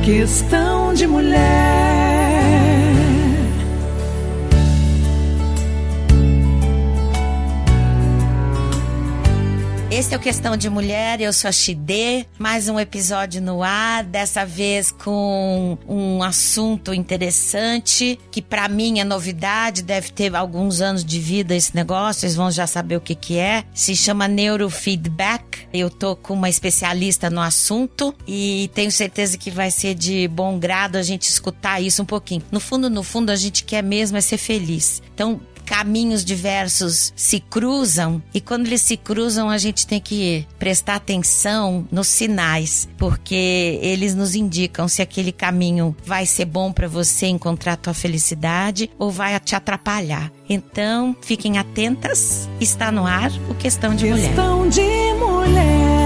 Questão de Mulher. Esse é o Questão de Mulher, eu sou a Chidê, mais um episódio no ar, dessa vez com um assunto interessante, que pra mim é novidade, deve ter alguns anos de vida esse negócio, vocês vão já saber o que é. Se chama neurofeedback, eu tô com uma especialista no assunto e tenho certeza que vai ser de bom grado a gente escutar isso um pouquinho. No fundo, a gente quer mesmo é ser feliz. Então, caminhos diversos se cruzam e quando eles se cruzam a gente tem que prestar atenção nos sinais, porque eles nos indicam se aquele caminho vai ser bom para você encontrar a tua felicidade ou vai te atrapalhar. Então, fiquem atentas, está no ar o Questão de Mulher. Questão de Mulher.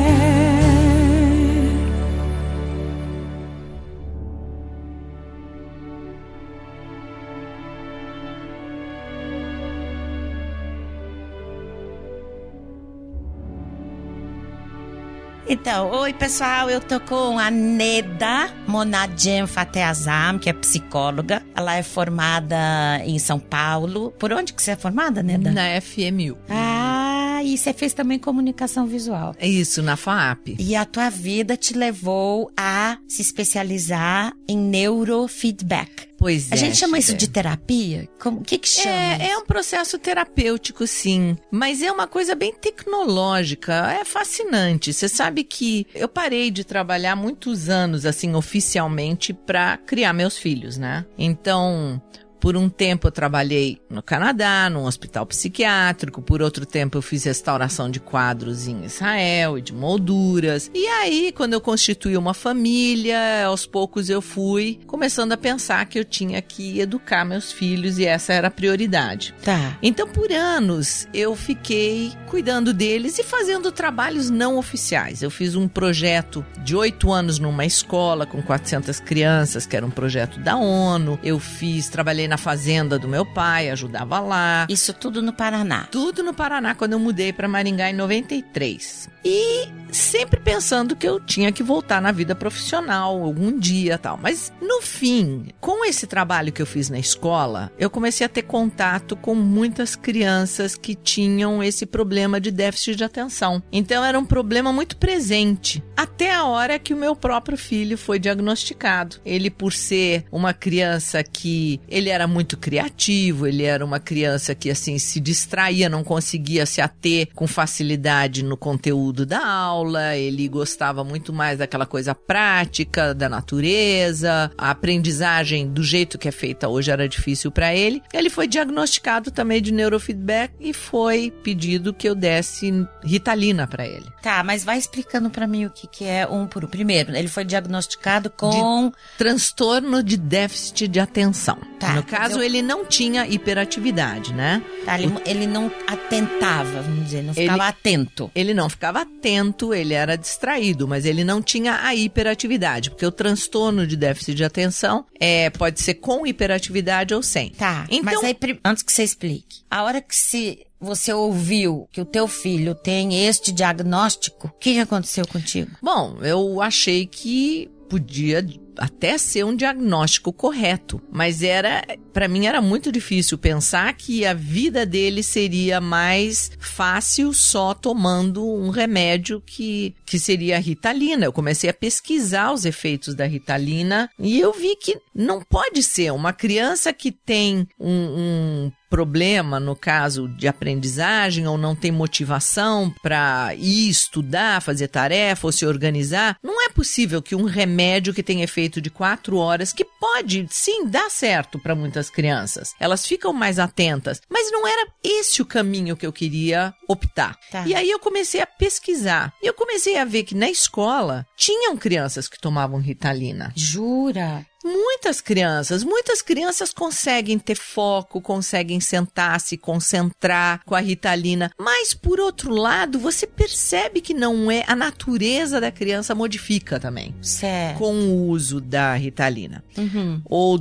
Então, oi pessoal, eu tô com a Neda Monadjem Fateazam, que é psicóloga. Ela é formada em São Paulo. Por onde que você é formada, Neda? Na FMU. Ah, e você fez também comunicação visual. É isso, na FAAP. E a tua vida te levou a se especializar em neurofeedback. Pois é. A gente chama isso de terapia? O que chama? É um processo terapêutico, sim. Mas é uma coisa bem tecnológica. É fascinante. Você sabe que eu parei de trabalhar muitos anos, assim, oficialmente, para criar meus filhos, né? Então, por um tempo eu trabalhei no Canadá, num hospital psiquiátrico. Por outro tempo eu fiz restauração de quadros em Israel e de molduras. E aí, quando eu constituí uma família, aos poucos eu fui começando a pensar que eu tinha que educar meus filhos e essa era a prioridade. Tá. Então, por anos, eu fiquei cuidando deles e fazendo trabalhos não oficiais. Eu fiz um projeto de 8 anos numa escola com 400 crianças, que era um projeto da ONU. Trabalhei na fazenda do meu pai, ajudava lá. Isso tudo no Paraná? Tudo no Paraná, quando eu mudei para Maringá em 93. E sempre pensando que eu tinha que voltar na vida profissional algum dia, tal. Mas no fim, com esse trabalho que eu fiz na escola, eu comecei a ter contato com muitas crianças que tinham esse problema de déficit de atenção. Então era um problema muito presente, até a hora que o meu próprio filho foi diagnosticado. Ele, por ser uma criança que ele era muito criativo, ele era uma criança que assim se distraía, não conseguia se ater com facilidade no conteúdo da aula, ele gostava muito mais daquela coisa prática, da natureza, a aprendizagem do jeito que é feita hoje era difícil para ele. Ele foi diagnosticado também de neurofeedback e foi pedido que eu desse Ritalina para ele. Tá, mas vai explicando para mim o que é um por um. Primeiro, ele foi diagnosticado com transtorno de déficit de atenção. Tá, no caso, ele não tinha hiperatividade, né? Tá, ele não atentava, vamos dizer, não ficava atento. Ele não ficava atento, ele era distraído, mas ele não tinha a hiperatividade, porque o transtorno de déficit de atenção pode ser com hiperatividade ou sem. Tá, então, mas aí, antes que você explique, a hora que você ouviu que o teu filho tem este diagnóstico, o que aconteceu contigo? Bom, eu achei que podia até ser um diagnóstico correto, mas para mim era muito difícil pensar que a vida dele seria mais fácil só tomando um remédio que seria a Ritalina. Eu comecei a pesquisar os efeitos da Ritalina e eu vi que não pode ser uma criança que tem um problema, no caso de aprendizagem, ou não tem motivação para ir estudar, fazer tarefa ou se organizar. Não é possível que um remédio que tem efeito de 4 horas, que pode sim dar certo para muitas crianças, elas ficam mais atentas, mas não era esse o caminho que eu queria optar. Tá. E aí eu comecei a pesquisar e eu comecei a ver que na escola tinham crianças que tomavam Ritalina. Jura? muitas crianças conseguem ter foco, conseguem sentar, se concentrar com a Ritalina, mas por outro lado, você percebe que não é, a natureza da criança modifica também. Certo. Com o uso da Ritalina. Ou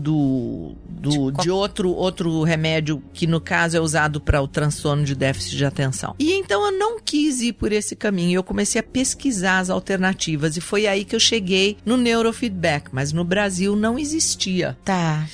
de outro remédio que no caso é usado para o transtorno de déficit de atenção. E então eu não quis ir por esse caminho, eu comecei a pesquisar as alternativas e foi aí que eu cheguei no neurofeedback, mas no Brasil não existia. Tá.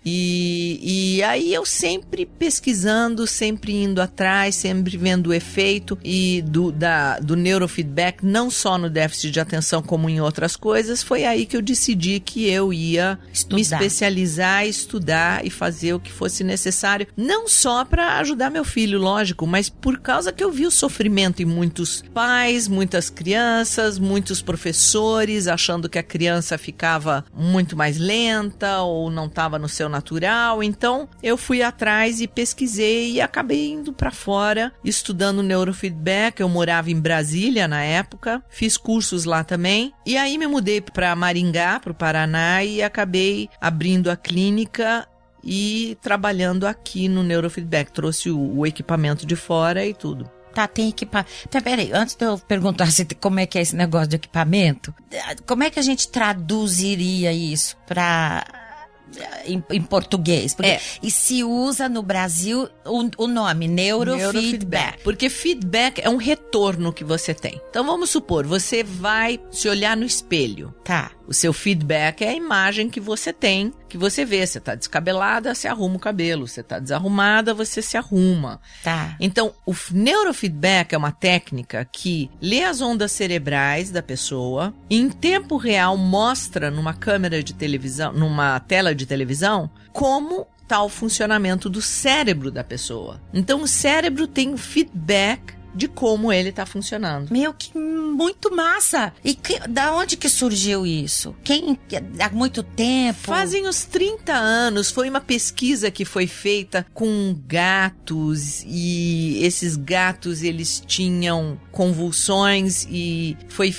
E aí eu sempre pesquisando, sempre indo atrás, sempre vendo o efeito do neurofeedback, não só no déficit de atenção como em outras coisas. Foi aí que eu decidi que eu ia me especializar, estudar e fazer o que fosse necessário, não só para ajudar meu filho, lógico, mas por causa que eu vi o sofrimento em muitos pais, muitas crianças, muitos professores, achando que a criança ficava muito mais lenta ou não estava no seu natural. Então eu fui atrás e pesquisei e acabei indo para fora estudando neurofeedback. Eu morava em Brasília na época, fiz cursos lá também e aí me mudei para Maringá, para o Paraná, e acabei abrindo a clínica e trabalhando aqui no neurofeedback. Trouxe o equipamento de fora e tudo. Tá, tem equipamento. Tá, peraí, antes de eu perguntar como é que é esse negócio de equipamento, como é que a gente traduziria isso para em português? Porque, e se usa no Brasil o nome neurofeedback. Porque feedback é um retorno que você tem. Então vamos supor, você vai se olhar no espelho. Tá. O seu feedback é a imagem que você tem, que você vê. Você tá descabelada, você arruma o cabelo. Você tá desarrumada, você se arruma. Tá. Então, o neurofeedback é uma técnica que lê as ondas cerebrais da pessoa, em tempo real mostra numa câmera de televisão, numa tela de televisão, como tá o funcionamento do cérebro da pessoa. Então, o cérebro tem o feedback de como ele tá funcionando. Meu, que muito massa! E da onde que surgiu isso? Há muito tempo? Fazem uns 30 anos. Foi uma pesquisa que foi feita com gatos, e esses gatos, eles tinham convulsões, e foi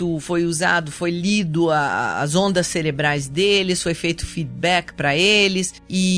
lido as ondas cerebrais deles, foi feito feedback para eles,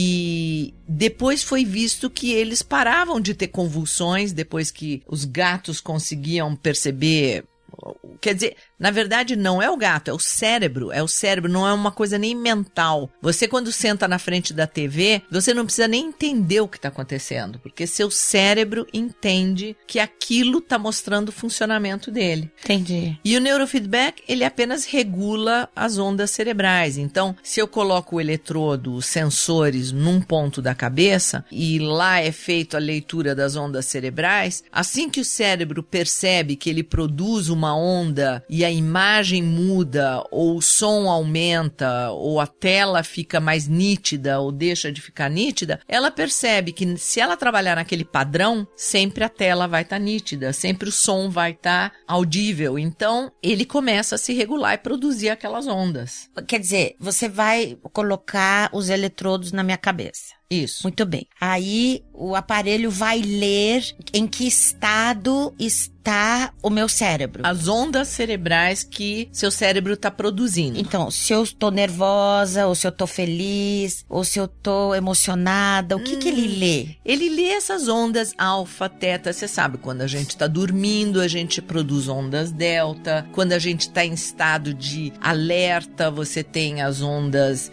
e depois foi visto que eles paravam de ter convulsões depois que os gatos conseguiam perceber. Quer dizer, na verdade não é o gato, é o cérebro, não é uma coisa nem mental. Você, quando senta na frente da TV, você não precisa nem entender o que está acontecendo, porque seu cérebro entende que aquilo está mostrando o funcionamento dele. Entendi. E o neurofeedback, ele apenas regula as ondas cerebrais. Então, se eu coloco o eletrodo, os sensores num ponto da cabeça, e lá é feita a leitura das ondas cerebrais, assim que o cérebro percebe que ele produz uma onda e a imagem muda, ou o som aumenta, ou a tela fica mais nítida, ou deixa de ficar nítida, ela percebe que se ela trabalhar naquele padrão, sempre a tela vai estar nítida, sempre o som vai estar audível. Então, ele começa a se regular e produzir aquelas ondas. Quer dizer, você vai colocar os eletrodos na minha cabeça. Isso. Muito bem. Aí o aparelho vai ler em que estado está o meu cérebro. As ondas cerebrais que seu cérebro está produzindo. Então, se eu estou nervosa, ou se eu estou feliz, ou se eu estou emocionada, o que ele lê? Ele lê essas ondas alfa, teta. Você sabe, quando a gente está dormindo, a gente produz ondas delta. Quando a gente está em estado de alerta, você tem as ondas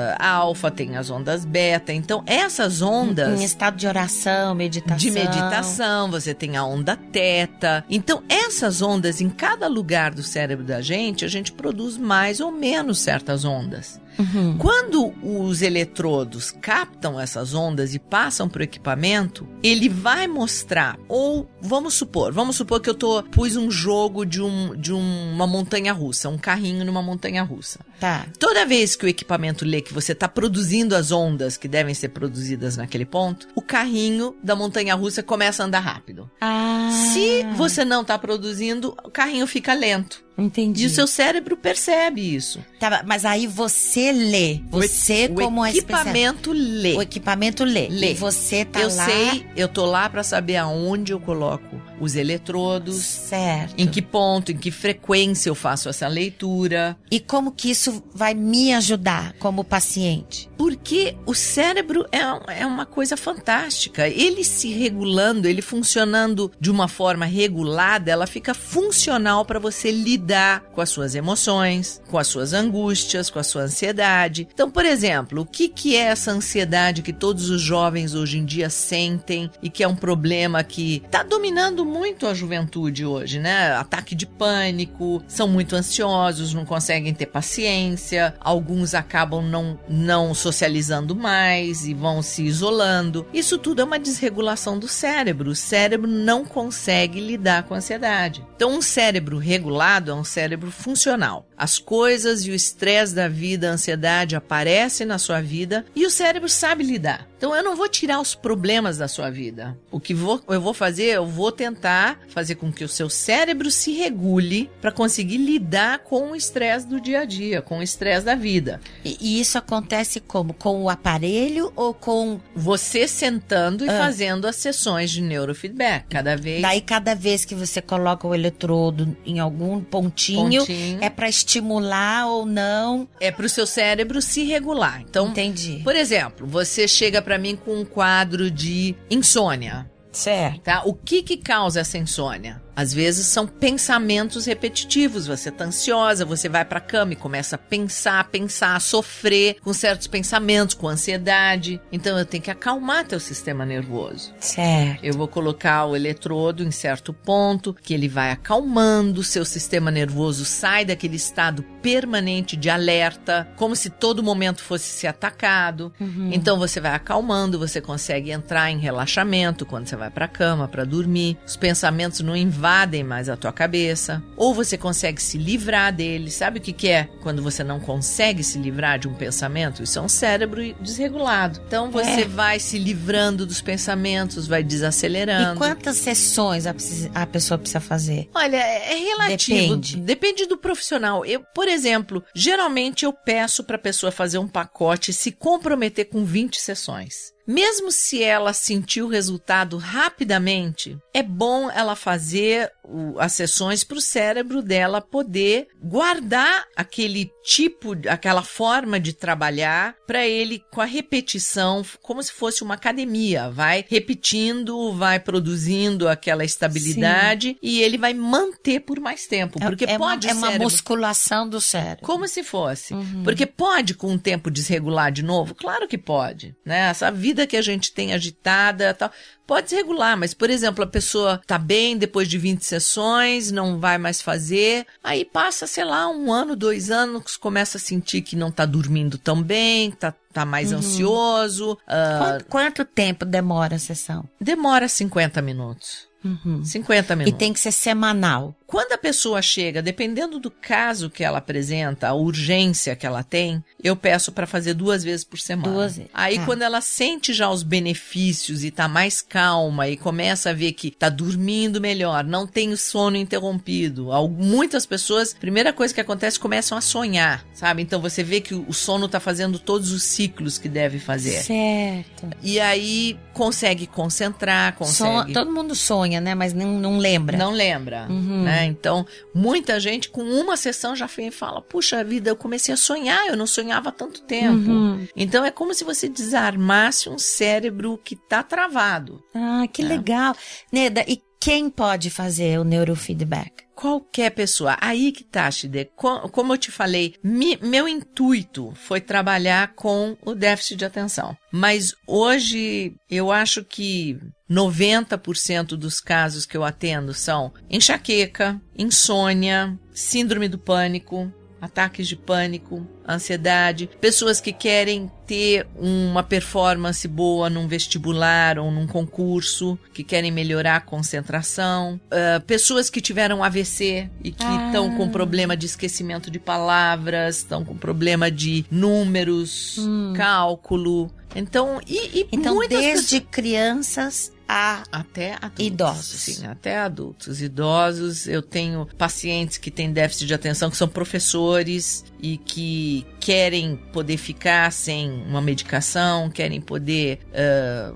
alfa, tem as ondas beta. Então, essas ondas... Em estado de oração, meditação. De meditação, você tem a onda teta. Então, essas ondas, em cada lugar do cérebro da gente, a gente produz mais ou menos certas ondas. Uhum. Quando os eletrodos captam essas ondas e passam para o equipamento, ele vai mostrar, ou vamos supor que eu pus um jogo de uma montanha-russa, um carrinho numa montanha-russa. Tá. Toda vez que o equipamento lê que você está produzindo as ondas que devem ser produzidas naquele ponto, o carrinho da montanha-russa começa a andar rápido. Se você não está produzindo, o carrinho fica lento. Entendi. E o seu cérebro percebe isso. Tá, mas aí você lê. Você como é equipamento lê. O equipamento lê. E você tá lá... Eu tô lá pra saber aonde eu coloco os eletrodos. Certo. Em que ponto, em que frequência eu faço essa leitura. E como que isso vai me ajudar como paciente? Porque o cérebro é uma coisa fantástica. Ele se regulando, ele funcionando de uma forma regulada, ela fica funcional para você lidar com as suas emoções, com as suas angústias, com a sua ansiedade. Então, por exemplo, o que é essa ansiedade que todos os jovens hoje em dia sentem e que é um problema que está dominando muito a juventude hoje, né? Ataque de pânico, são muito ansiosos, não conseguem ter paciência, alguns acabam não socializando mais e vão se isolando. Isso tudo é uma desregulação do cérebro. O cérebro não consegue lidar com a ansiedade. Então, um cérebro regulado é um cérebro funcional. As coisas e o estresse da vida, a ansiedade aparecem na sua vida e o cérebro sabe lidar. Então, eu não vou tirar os problemas da sua vida. O que eu vou fazer, eu vou tentar fazer com que o seu cérebro se regule para conseguir lidar com o estresse do dia a dia, com o estresse da vida. E isso acontece como? Com o aparelho ou com... Você sentando e fazendo as sessões de neurofeedback, cada vez... Daí, cada vez que você coloca o eletrodo em algum pontinho. É para estimular ou não? É para o seu cérebro se regular. Então, entendi. Por exemplo, você chega para mim com um quadro de insônia. Certo. Tá? O que causa essa insônia? Às vezes são pensamentos repetitivos, você tá ansiosa, você vai pra cama e começa a pensar, a sofrer com certos pensamentos, com ansiedade. Então eu tenho que acalmar teu sistema nervoso. Certo. Eu vou colocar o eletrodo em certo ponto, que ele vai acalmando, seu sistema nervoso sai daquele estado permanente de alerta, como se todo momento fosse ser atacado. Então você vai acalmando, você consegue entrar em relaxamento quando você vai pra cama, pra dormir. Os pensamentos não invadem mais a tua cabeça, ou você consegue se livrar dele. Sabe o que é quando você não consegue se livrar de um pensamento? Isso é um cérebro desregulado. Então você vai se livrando dos pensamentos, vai desacelerando. E quantas sessões a pessoa precisa fazer? Olha, é relativo. Depende do profissional. Por exemplo, geralmente eu peço para a pessoa fazer um pacote e se comprometer com 20 sessões. Mesmo se ela sentir o resultado rapidamente, é bom ela fazer as sessões para o cérebro dela poder guardar aquela forma de trabalhar para ele com a repetição, como se fosse uma academia. Vai repetindo, vai produzindo aquela estabilidade. Sim. E ele vai manter por mais tempo. Porque pode uma musculação do cérebro. Como se fosse. Porque pode com o tempo desregular de novo? Claro que pode, né? Essa vida que a gente tem agitada, tal, pode desregular, mas, por exemplo, a pessoa tá bem depois de 20 sessões, não vai mais fazer, aí passa, sei lá, 1 ano, 2 anos, começa a sentir que não tá dormindo tão bem, tá mais ansioso. Quanto tempo demora a sessão? Demora 50 minutos. 50 minutos. E tem que ser semanal. Quando a pessoa chega, dependendo do caso que ela apresenta, a urgência que ela tem, eu peço para fazer 2 vezes por semana. 2 vezes. Aí quando ela sente já os benefícios e tá mais calma e começa a ver que tá dormindo melhor, não tem o sono interrompido. Muitas pessoas, primeira coisa que acontece, começam a sonhar, sabe? Então você vê que o sono tá fazendo todos os ciclos que deve fazer. Certo. E aí consegue concentrar, todo mundo sonha, né? Mas não lembra. Não lembra, né? Então, muita gente com uma sessão já fala, puxa vida, eu comecei a sonhar, eu não sonhava há tanto tempo. Então, é como se você desarmasse um cérebro que tá travado. Ah, que legal. Neda, e quem pode fazer o neurofeedback? Qualquer pessoa. Aí que tá, Shide. Como eu te falei, meu intuito foi trabalhar com o déficit de atenção. Mas hoje eu acho que 90% dos casos que eu atendo são enxaqueca, insônia, síndrome do pânico, ataques de pânico, ansiedade, pessoas que querem ter uma performance boa num vestibular ou num concurso, que querem melhorar a concentração, pessoas que tiveram AVC e que estão com problema de esquecimento de palavras, estão com problema de números, cálculo. Então, então muitas desde crianças até adultos. Idosos. Sim, até adultos. Idosos, eu tenho pacientes que têm déficit de atenção, que são professores e que querem poder ficar sem uma medicação, querem poder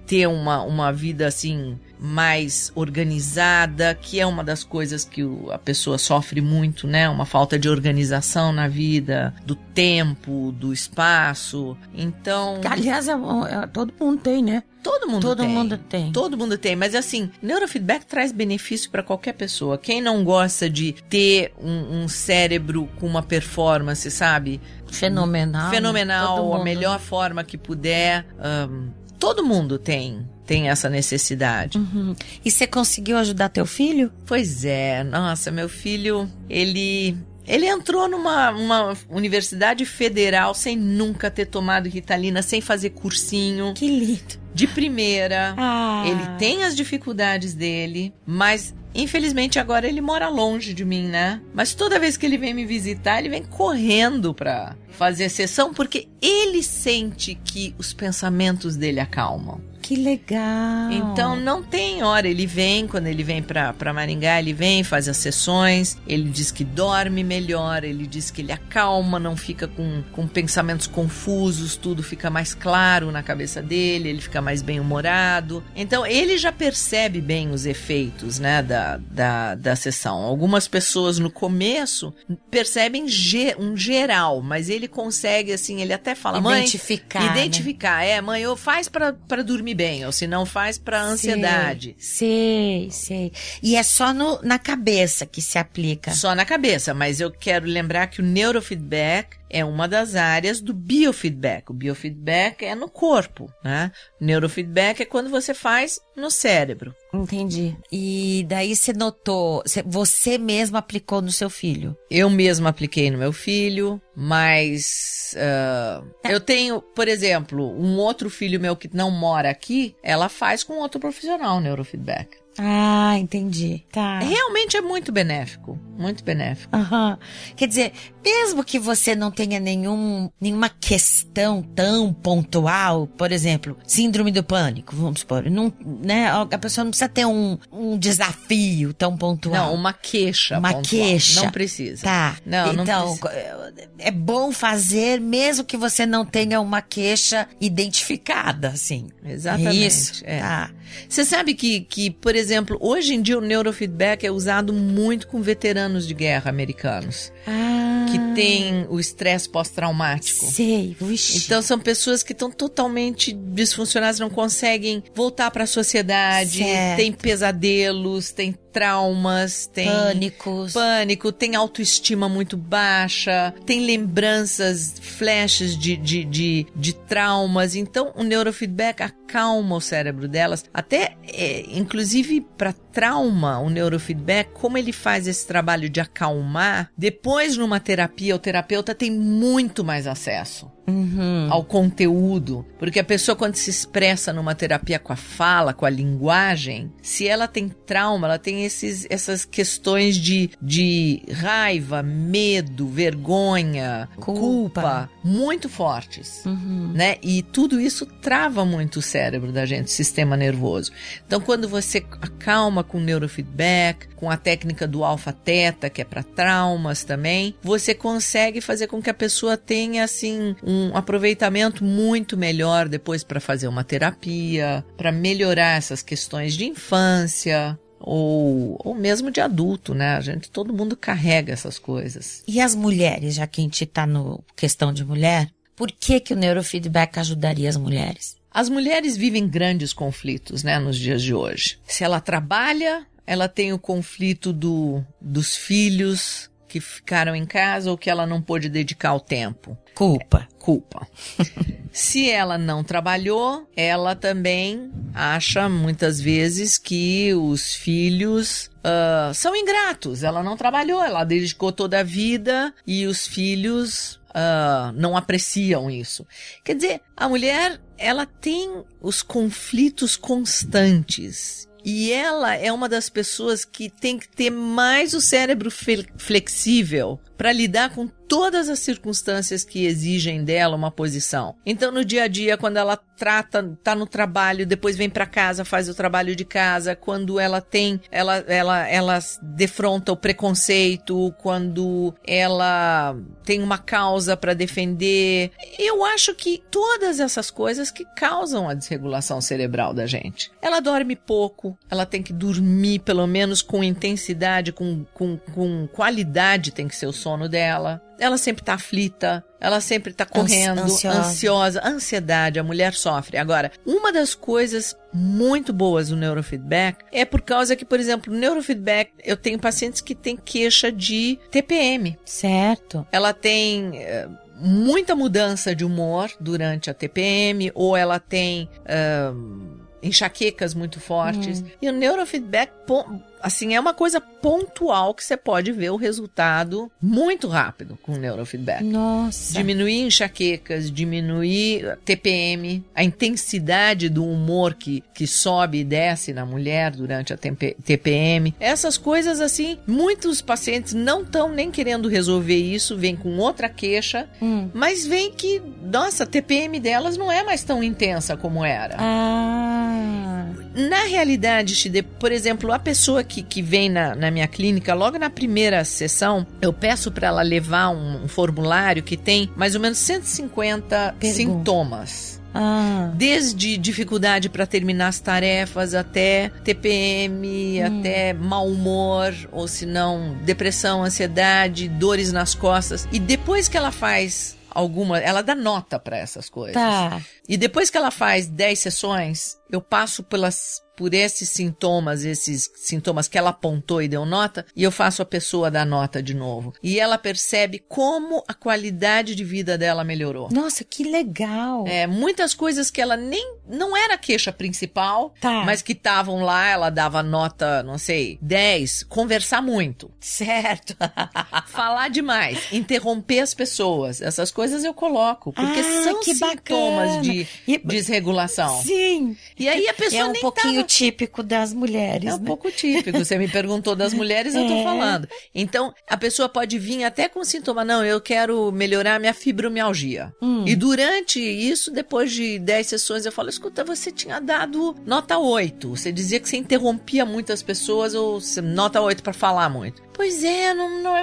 ter uma vida assim mais organizada, que é uma das coisas que a pessoa sofre muito, né? Uma falta de organização na vida, do tempo, do espaço. Então... Aliás, todo mundo tem, né? Todo mundo tem. Todo mundo tem. Mas assim, neurofeedback traz benefício para qualquer pessoa. Quem não gosta de ter um cérebro com uma performance, sabe? Fenomenal. Fenomenal, a melhor forma que puder. Todo mundo tem essa necessidade. Uhum. E você conseguiu ajudar teu filho? Pois é. Nossa, meu filho, ele entrou numa universidade federal sem nunca ter tomado Ritalina, sem fazer cursinho. Que lindo. De primeira. Ele tem as dificuldades dele, mas infelizmente agora ele mora longe de mim, né? Mas toda vez que ele vem me visitar, ele vem correndo pra fazer a sessão, porque ele sente que os pensamentos dele acalmam. Que legal. Então não tem hora, ele vem, quando ele vem pra Maringá, ele vem, faz as sessões, ele diz que dorme melhor, ele diz que ele acalma, não fica com pensamentos confusos, tudo fica mais claro na cabeça dele, ele fica mais bem-humorado. Então ele já percebe bem os efeitos, né, da sessão. Algumas pessoas no começo percebem um geral, mas ele consegue, assim, ele até fala, identificar, né? Mãe, eu faz pra dormir bem, ou se não faz pra ansiedade. Sei. E é só na cabeça que se aplica. Só na cabeça, mas eu quero lembrar que o neurofeedback é uma das áreas do biofeedback. O biofeedback é no corpo, né? O neurofeedback é quando você faz no cérebro. Entendi. E daí você notou, você mesmo aplicou no seu filho? Eu mesma apliquei no meu filho, mas eu tenho, por exemplo, um outro filho meu que não mora aqui, ela faz com outro profissional neurofeedback. Ah, entendi. Tá. Realmente é muito benéfico. Muito benéfico. Uhum. Quer dizer, mesmo que você não tenha nenhuma questão tão pontual, por exemplo, síndrome do pânico, vamos supor, não, né, a pessoa não precisa ter um desafio tão pontual. Não, uma queixa pontual. Queixa. Não precisa. Tá. Não, então, não precisa. É bom fazer mesmo que você não tenha uma queixa identificada, assim. Exatamente. Isso. Tá. Você sabe que, por exemplo, hoje em dia o neurofeedback é usado muito com veteranos de guerra americanos. Que tem o estresse pós-traumático. Sei, vixe. Então são pessoas que estão totalmente disfuncionadas, não conseguem voltar para a sociedade, têm pesadelos, têm traumas, tem pânico, tem autoestima muito baixa, tem lembranças, flashes de traumas. Então o neurofeedback acalma o cérebro delas, até inclusive para trauma, o neurofeedback, como ele faz esse trabalho de acalmar, depois numa terapia, o terapeuta tem muito mais acesso ao conteúdo, porque a pessoa, quando se expressa numa terapia com a fala, com a linguagem, se ela tem trauma, ela tem essas questões de raiva, medo, vergonha, culpa muito fortes, né? E tudo isso trava muito o cérebro da gente, o sistema nervoso. Então, quando você acalma com neurofeedback, com a técnica do alfa-teta, que é para traumas também, você consegue fazer com que a pessoa tenha, assim, um aproveitamento muito melhor depois para fazer uma terapia, para melhorar essas questões de infância ou mesmo de adulto, né? Todo mundo carrega essas coisas. E as mulheres, já que a gente tá no questão de mulher, por que o neurofeedback ajudaria as mulheres? As mulheres vivem grandes conflitos, né, nos dias de hoje. Se ela trabalha, ela tem o conflito dos filhos que ficaram em casa ou que ela não pôde dedicar o tempo. Culpa. Se ela não trabalhou, ela também acha muitas vezes que os filhos são ingratos. Ela não trabalhou, ela dedicou toda a vida e os filhos não apreciam isso. Quer dizer, a mulher, ela tem os conflitos constantes. E ela é uma das pessoas que tem que ter mais o cérebro flexível para lidar com todas as circunstâncias que exigem dela uma posição. Então, no dia a dia, quando ela tá no trabalho, depois vem para casa, faz o trabalho de casa, quando ela defronta o preconceito, quando ela tem uma causa para defender. Eu acho que todas essas coisas que causam a desregulação cerebral da gente. Ela dorme pouco, ela tem que dormir pelo menos com intensidade, com qualidade tem que ser o sono dela. Ela sempre tá aflita, ela sempre tá correndo, ansiosa. Ansiedade, a mulher sofre. Agora, uma das coisas muito boas do neurofeedback é por causa que, por exemplo, no neurofeedback, eu tenho pacientes que têm queixa de TPM. Certo. Ela tem muita mudança de humor durante a TPM, ou ela tem enxaquecas muito fortes. E o neurofeedback, assim, é uma coisa pontual que você pode ver o resultado muito rápido com o neurofeadback. Nossa. Diminuir enxaquecas, diminuir TPM, a intensidade do humor que sobe e desce na mulher durante a TPM. Essas coisas, assim, muitos pacientes não estão nem querendo resolver isso, vêm com outra queixa, mas vem que, nossa, a TPM delas não é mais tão intensa como era. Na realidade, Chide, por exemplo, a pessoa que vem na minha clínica, logo na primeira sessão, eu peço para ela levar um formulário que tem mais ou menos 150 sintomas. Desde dificuldade para terminar as tarefas, até TPM, até mau humor, ou se não, depressão, ansiedade, dores nas costas. E depois que ela faz ela dá nota para essas coisas. Tá. E depois que ela faz 10 sessões, eu passo por esses sintomas que ela apontou e deu nota, e eu faço a pessoa dar nota de novo. E ela percebe como a qualidade de vida dela melhorou. Nossa, que legal! Muitas coisas que ela não era a queixa principal, mas que estavam lá, ela dava nota, não sei, 10, conversar muito. Certo. Falar demais, interromper as pessoas, essas coisas eu coloco, porque são sintomas de desregulação. Sim. E aí a pessoa nem pouquinho típico das mulheres, É um pouco típico. Você me perguntou das mulheres, eu tô falando. Então, a pessoa pode vir até com sintoma, não, eu quero melhorar minha fibromialgia. E durante isso, depois de 10 sessões, eu falo, escuta, você tinha dado nota 8. Você dizia que você interrompia muitas pessoas, ou nota 8 para falar muito. Pois é,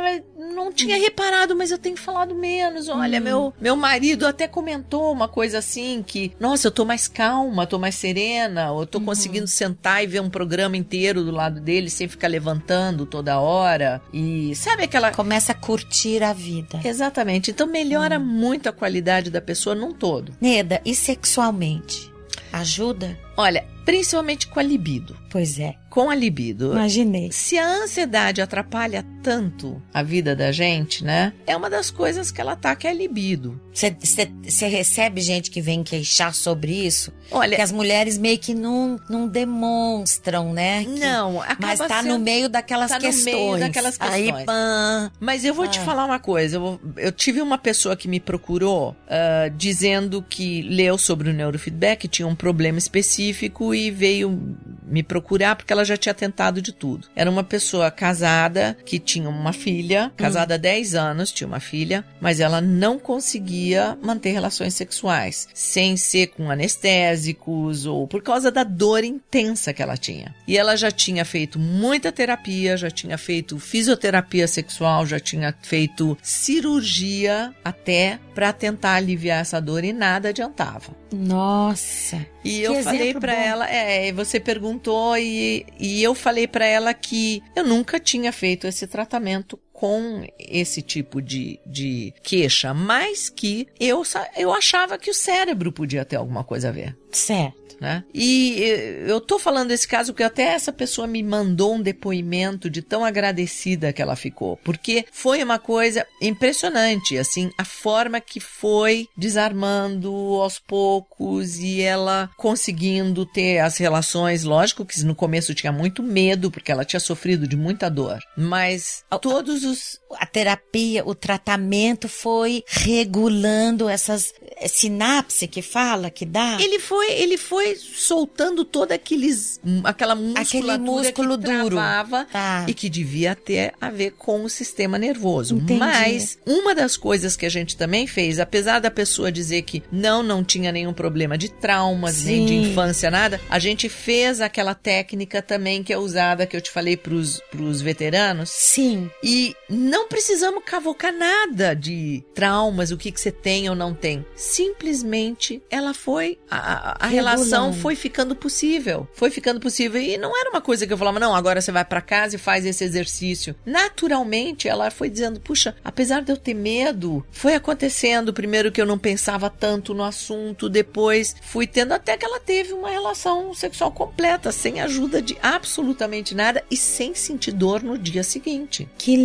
não tinha reparado, mas eu tenho falado menos. Olha, meu marido até comentou uma coisa assim, que, nossa, eu tô mais calma, tô mais serena, ou eu tô conseguindo sentar e ver um programa inteiro do lado dele, sem ficar levantando toda hora. E sabe aquela... Começa a curtir a vida. Exatamente. Então melhora muito a qualidade da pessoa num todo. Neda, e sexualmente? Ajuda? Olha, principalmente com a libido. Pois é. Com a libido. Imaginei. Se a ansiedade atrapalha tanto a vida da gente, né? É uma das coisas que ela ataca, é a libido. Você recebe gente que vem queixar sobre isso? Olha, que as mulheres meio que não demonstram, né? Não, acaba mas tá no meio daquelas questões. No meio daquelas questões. Aí, mas eu vou te falar uma coisa. Eu tive uma pessoa que me procurou dizendo que leu sobre o neurofeedback, tinha um problema específico e veio me procurar porque ela já tinha tentado de tudo. Era uma pessoa casada, que tinha uma filha, casada há 10 anos, tinha uma filha, mas ela não conseguia manter relações sexuais, sem ser com anestésicos ou por causa da dor intensa que ela tinha. E ela já tinha feito muita terapia, já tinha feito fisioterapia sexual, já tinha feito cirurgia até para tentar aliviar essa dor e nada adiantava. Nossa! E eu falei pra ela, você perguntou e eu falei pra ela que eu nunca tinha feito esse tratamento com esse tipo de queixa, mas que eu achava que o cérebro podia ter alguma coisa a ver. Certo. Né? E eu tô falando desse caso porque até essa pessoa me mandou um depoimento de tão agradecida que ela ficou, porque foi uma coisa impressionante, assim, a forma que foi desarmando aos poucos e ela conseguindo ter as relações, lógico que no começo tinha muito medo, porque ela tinha sofrido de muita dor, mas a terapia, o tratamento foi regulando sinapse que fala, que dá? Ele foi soltando toda aquela musculatura Aquele músculo que duro. travava Tá. e que devia ter a ver com o sistema nervoso. Entendi. Mas uma das coisas que a gente também fez, apesar da pessoa dizer que não tinha nenhum problema de traumas, nem de infância, nada, a gente fez aquela técnica também que é usada, que eu te falei pros veteranos. Sim. E não precisamos cavocar nada de traumas, o que você tem ou não tem. Simplesmente ela foi, a relação foi ficando possível. Foi ficando possível. E não era uma coisa que eu falava, não, agora você vai pra casa e faz esse exercício. Naturalmente, ela foi dizendo, puxa, apesar de eu ter medo, foi acontecendo. Primeiro que eu não pensava tanto no assunto, depois fui tendo até que ela teve uma relação sexual completa, sem ajuda de absolutamente nada e sem sentir dor no dia seguinte. Que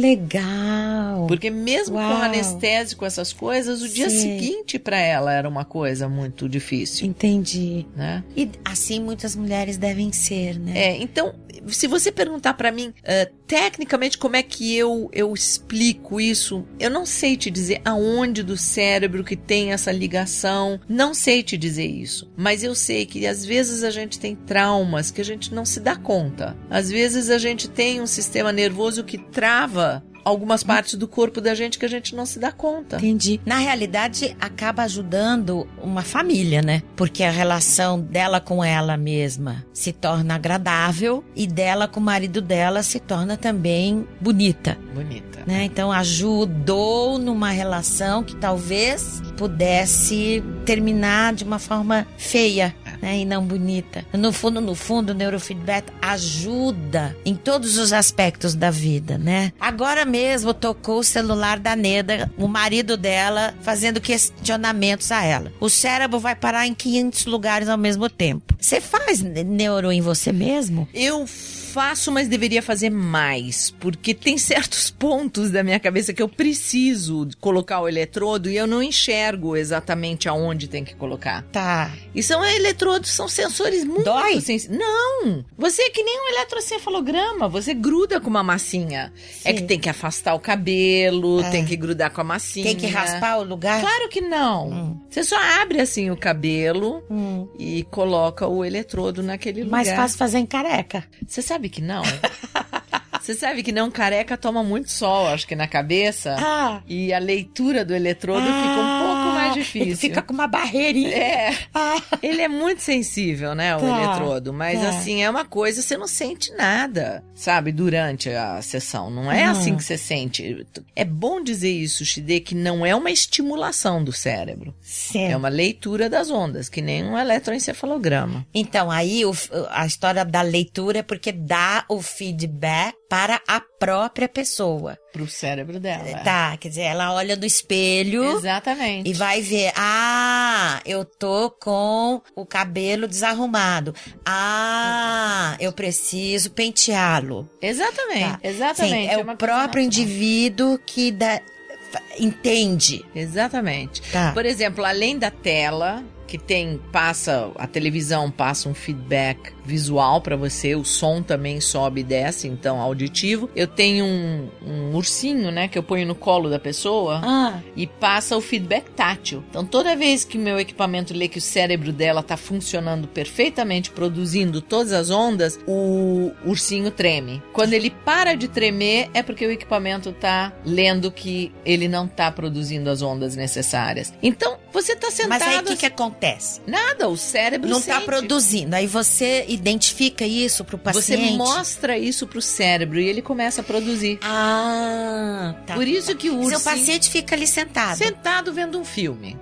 legal. Porque mesmo com anestésico, essas coisas, o dia seguinte pra ela era uma coisa muito difícil. Entendi. Né? E assim muitas mulheres devem ser, né? Então, se você perguntar pra mim, tecnicamente, como é que eu explico isso, eu não sei te dizer aonde do cérebro que tem essa ligação, não sei te dizer isso. Mas eu sei que às vezes a gente tem traumas que a gente não se dá conta. Às vezes a gente tem um sistema nervoso que trava algumas partes do corpo da gente que a gente não se dá conta. Entendi. Na realidade, acaba ajudando uma família, né? Porque a relação dela com ela mesma se torna agradável e dela com o marido dela se torna também bonita. Bonita. Né? Então, ajudou numa relação que talvez pudesse terminar de uma forma feia. Né, e não bonita. No fundo, o neurofeedback ajuda em todos os aspectos da vida, né? Agora mesmo tocou o celular da Neda, o marido dela, fazendo questionamentos a ela. O cérebro vai parar em 500 lugares ao mesmo tempo. Você faz neuro em você mesmo? Eu faço, mas deveria fazer mais, porque tem certos pontos da minha cabeça que eu preciso colocar o eletrodo e eu não enxergo exatamente aonde tem que colocar. Tá. E são eletrodos, são sensores muito sensíveis. Não! Você é que nem um eletrocefalograma, você gruda com uma massinha. Sim. É que tem que afastar o cabelo, tem que grudar com a massinha. Tem que raspar o lugar? Claro que não. Você só abre assim o cabelo e coloca o eletrodo naquele lugar. Mais fácil fazer em careca. Você sabe que não? Você sabe que não, careca toma muito sol, acho que na cabeça. E a leitura do eletrodo fica um pouco mais difícil. Fica com uma barreirinha. Ele é muito sensível, né, o eletrodo. Mas assim, é uma coisa, você não sente nada, sabe, durante a sessão. Não é assim que você sente. É bom dizer isso, Shide, que não é uma estimulação do cérebro. Certo. É uma leitura das ondas, que nem um eletroencefalograma. Então, aí a história da leitura é porque dá o feedback para a própria pessoa. Pro cérebro dela. Tá, quer dizer, ela olha no espelho. Exatamente. E vai ver, eu tô com o cabelo desarrumado. Eu preciso penteá-lo. Exatamente, Tá. exatamente. Sim, é o próprio indivíduo que entende. Exatamente. Tá. Por exemplo, além da tela, que a televisão passa um feedback visual para você, o som também sobe e desce, então auditivo. Eu tenho um ursinho, né, que eu ponho no colo da pessoa e passa o feedback tátil. Então toda vez que meu equipamento lê que o cérebro dela tá funcionando perfeitamente, produzindo todas as ondas, o ursinho treme. Quando ele para de tremer, é porque o equipamento tá lendo que ele não tá produzindo as ondas necessárias. Então, você tá sentado... Mas aí o que acontece? Nada, o cérebro não sente. tá produzindo. Aí você identifica isso pro paciente. Você mostra isso pro cérebro e ele começa a produzir. Tá. Por isso que o ursinho... Seu paciente fica ali sentado. Sentado vendo um filme.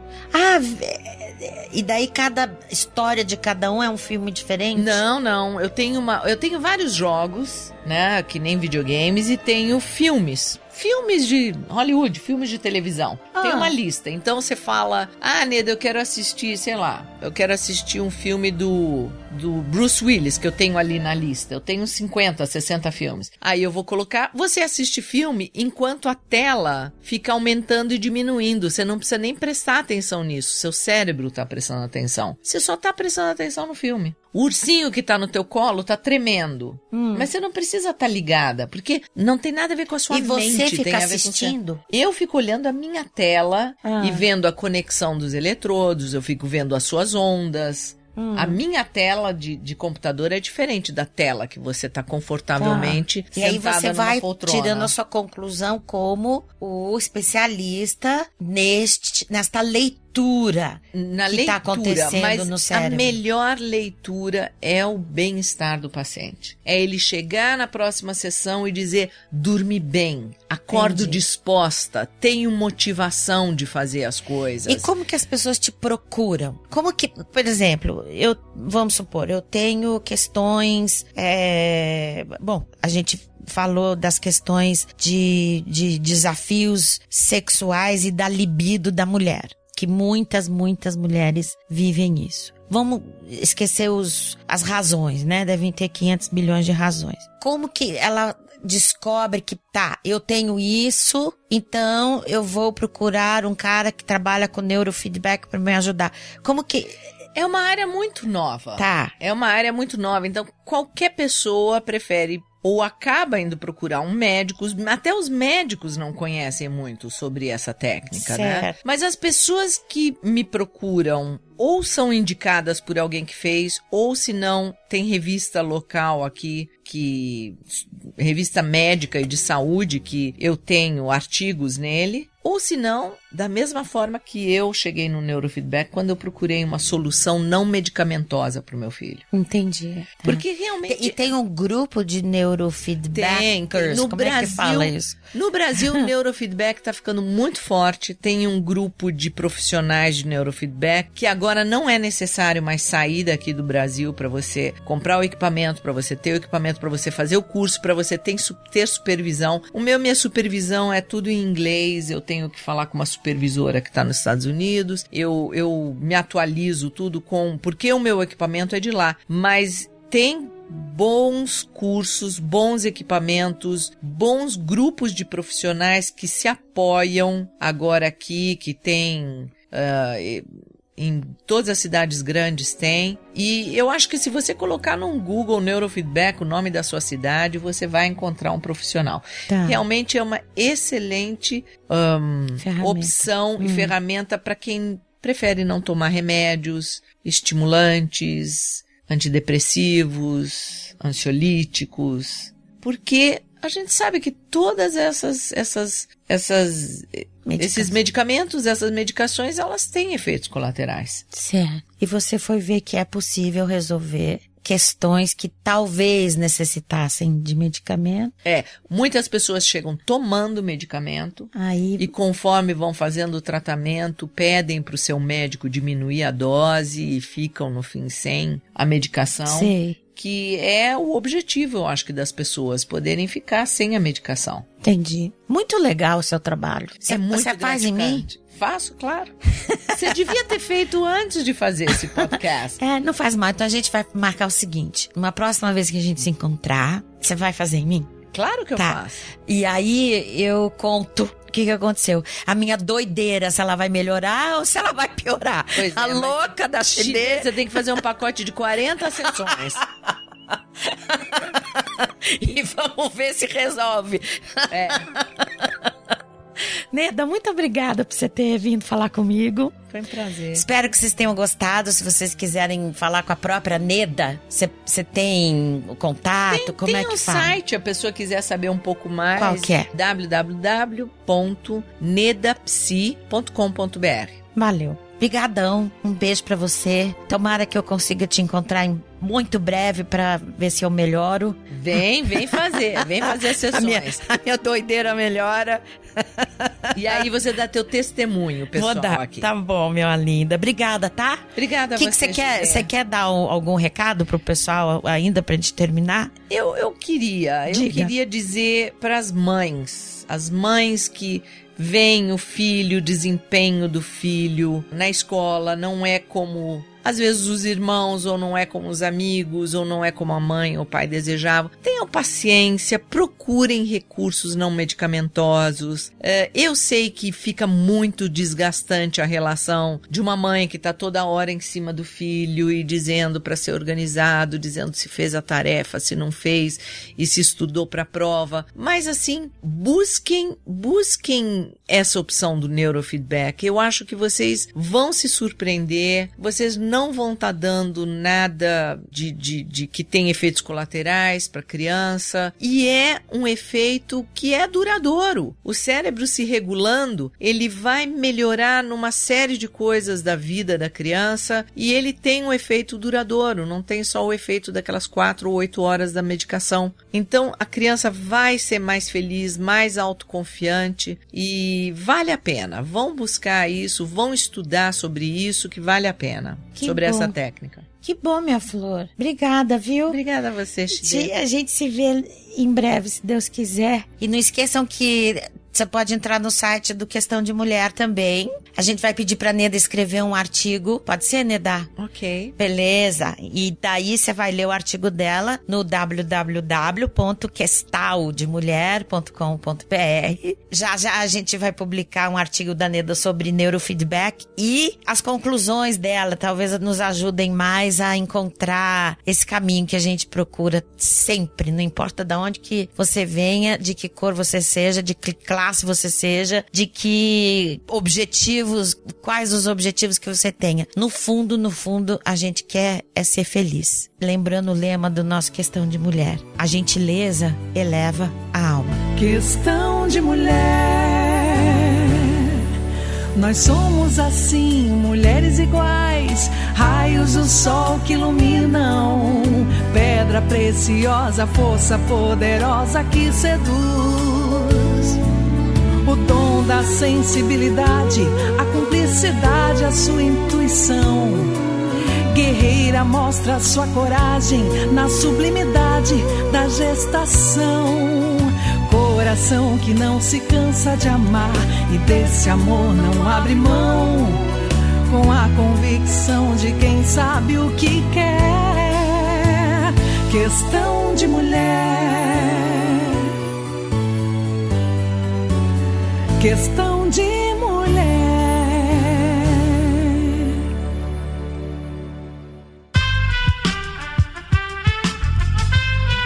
E daí cada história de cada um é um filme diferente? Não. Eu tenho vários jogos, né, que nem videogames, e tenho filmes. Filmes de Hollywood, filmes de televisão. Tem uma lista. Então você fala, Neda, eu quero assistir, sei lá, eu quero assistir um filme do Bruce Willis, que eu tenho ali na lista. Eu tenho 50, 60 filmes. Aí eu vou colocar, você assiste filme enquanto a tela fica aumentando e diminuindo. Você não precisa nem prestar atenção nisso. Seu cérebro tá prestando atenção. Você só tá prestando atenção no filme. o ursinho que tá no teu colo tá tremendo. Mas você não precisa estar ligada, porque não tem nada a ver com a sua E mente. você fica tem a ver assistindo? com eu fico olhando a minha tela e vendo a conexão dos eletrodos, eu fico vendo as suas ondas. A minha tela de computador é diferente da tela que você tá confortavelmente E aí sentada você numa vai poltrona. tirando a sua conclusão como o especialista nesta leitura Na que leitura, está acontecendo mas no a cérebro. melhor leitura é o bem-estar do paciente. É ele chegar na próxima sessão e dizer, dorme bem, acordo Entendi. disposta, tenho motivação de fazer as coisas. E como que as pessoas te procuram? Como que, por exemplo, vamos supor, eu tenho questões, bom, a gente falou das questões de desafios sexuais e da libido da mulher, que muitas mulheres vivem isso. Vamos esquecer as razões, né? Devem ter 500 bilhões de razões. Como que ela descobre que, eu tenho isso, então eu vou procurar um cara que trabalha com neurofeedback para me ajudar? Como que... É uma área muito nova. Tá. É uma área muito nova, então qualquer pessoa prefere ou acaba indo procurar um médico, até os médicos não conhecem muito sobre essa técnica, né? Certo. Mas as pessoas que me procuram ou são indicadas por alguém que fez, ou se não, tem revista local aqui, revista médica e de saúde, que eu tenho artigos nele, ou se não, da mesma forma que eu cheguei no neurofeedback quando eu procurei uma solução não medicamentosa para o meu filho. Entendi. Porque realmente... E tem um grupo de neurofeedbackers. No Como Brasil, é que fala isso? No Brasil, o neurofeedback está ficando muito forte. Tem um grupo de profissionais de neurofeedback que agora não é necessário mais sair daqui do Brasil para você comprar o equipamento, para você ter o equipamento, para você fazer o curso, para você ter supervisão. Minha supervisão é tudo em inglês. Eu tenho que falar com uma supervisora que está nos Estados Unidos. Eu me atualizo tudo porque o meu equipamento é de lá. Mas tem bons cursos, bons equipamentos, bons grupos de profissionais que se apoiam agora aqui, que tem... em todas as cidades grandes tem. E eu acho que se você colocar no Google Neurofeedback o nome da sua cidade, você vai encontrar um profissional. Tá. Realmente é uma excelente opção e ferramenta para quem prefere não tomar remédios, estimulantes, antidepressivos, ansiolíticos, porque a gente sabe que todas esses medicamentos, essas medicações, elas têm efeitos colaterais. Certo. E você foi ver que é possível resolver questões que talvez necessitassem de medicamento. Muitas pessoas chegam tomando medicamento Aí... e conforme vão fazendo o tratamento, pedem para o seu médico diminuir a dose e ficam no fim sem a medicação. Sei. Que é o objetivo, eu acho, que das pessoas poderem ficar sem a medicação. Entendi. Muito legal o seu trabalho. É muito Você faz em mim? Faço, claro. Você devia ter feito antes de fazer esse podcast. Não faz mal. Então a gente vai marcar o seguinte. Uma próxima vez que a gente se encontrar, você vai fazer em mim? Claro que eu faço. E aí eu conto o que aconteceu. A minha doideira, se ela vai melhorar ou se ela vai piorar. Pois a louca da chinesa. Você tem que fazer um pacote de 40 sessões. E vamos ver se resolve. Neda, muito obrigada por você ter vindo falar comigo. Foi um prazer. Espero que vocês tenham gostado. Se vocês quiserem falar com a própria Neda, você tem o contato? Como é que faz? Tem um site, a pessoa quiser saber um pouco mais. Qual que é? www.nedapsi.com.br. Valeu. Obrigadão. Um beijo pra você. Tomara que eu consiga te encontrar muito breve pra ver se eu melhoro. Vem fazer as sessões. A minha doideira melhora. E aí você dá teu testemunho, pessoal. Vou dar. Aqui. Tá bom, minha linda. Obrigada, tá? Obrigada a você. O que você quer? Você quer dar algum recado pro pessoal ainda pra gente terminar? Eu queria dizer pras mães, as mães que veem o filho, o desempenho do filho na escola, não é como às vezes os irmãos ou não é como os amigos, ou não é como a mãe ou o pai desejavam. Tenham paciência, procurem recursos não medicamentosos. Eu sei que fica muito desgastante a relação de uma mãe que está toda hora em cima do filho e dizendo para ser organizado, dizendo se fez a tarefa, se não fez e se estudou para a prova. Mas assim, busquem essa opção do neurofeedback. Eu acho que vocês vão se surpreender, vocês não vão estar dando nada de que tem efeitos colaterais para a criança, e é um efeito que é duradouro. O cérebro se regulando, ele vai melhorar numa série de coisas da vida da criança, e ele tem um efeito duradouro, não tem só o efeito daquelas 4 ou 8 horas da medicação. Então a criança vai ser mais feliz, mais autoconfiante, e vale a pena. Vão buscar isso, vão estudar sobre isso, que vale a pena, sobre essa técnica. Que bom, minha flor. Obrigada, viu? Obrigada a você, Chide. A gente se vê em breve, se Deus quiser. E não esqueçam que você pode entrar no site do Questão de Mulher também. A gente vai pedir pra Neda escrever um artigo. Pode ser, Neda? Ok. Beleza. E daí você vai ler o artigo dela no www.questaldemulher.com.br. Já a gente vai publicar um artigo da Neda sobre neurofeedback e as conclusões dela talvez nos ajudem mais a encontrar esse caminho que a gente procura sempre, não importa de onde que você venha, de que cor você seja, de que classe você seja, de que objetivos, quais os objetivos que você tenha. No fundo, a gente quer é ser feliz. Lembrando o lema do nosso Questão de Mulher: a gentileza eleva a alma. Questão de mulher. Nós somos assim, mulheres iguais, raios do sol que iluminam, pedra preciosa, força poderosa que seduz. O dom da sensibilidade, a cumplicidade, a sua intuição. Guerreira mostra sua coragem na sublimidade da gestação. Coração que não se cansa de amar e desse amor não abre mão, com a convicção de quem sabe o que quer. Questão de mulher. Questão de mulher.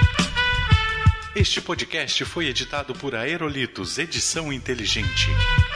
Este podcast foi editado por Aerolitos Edição Inteligente.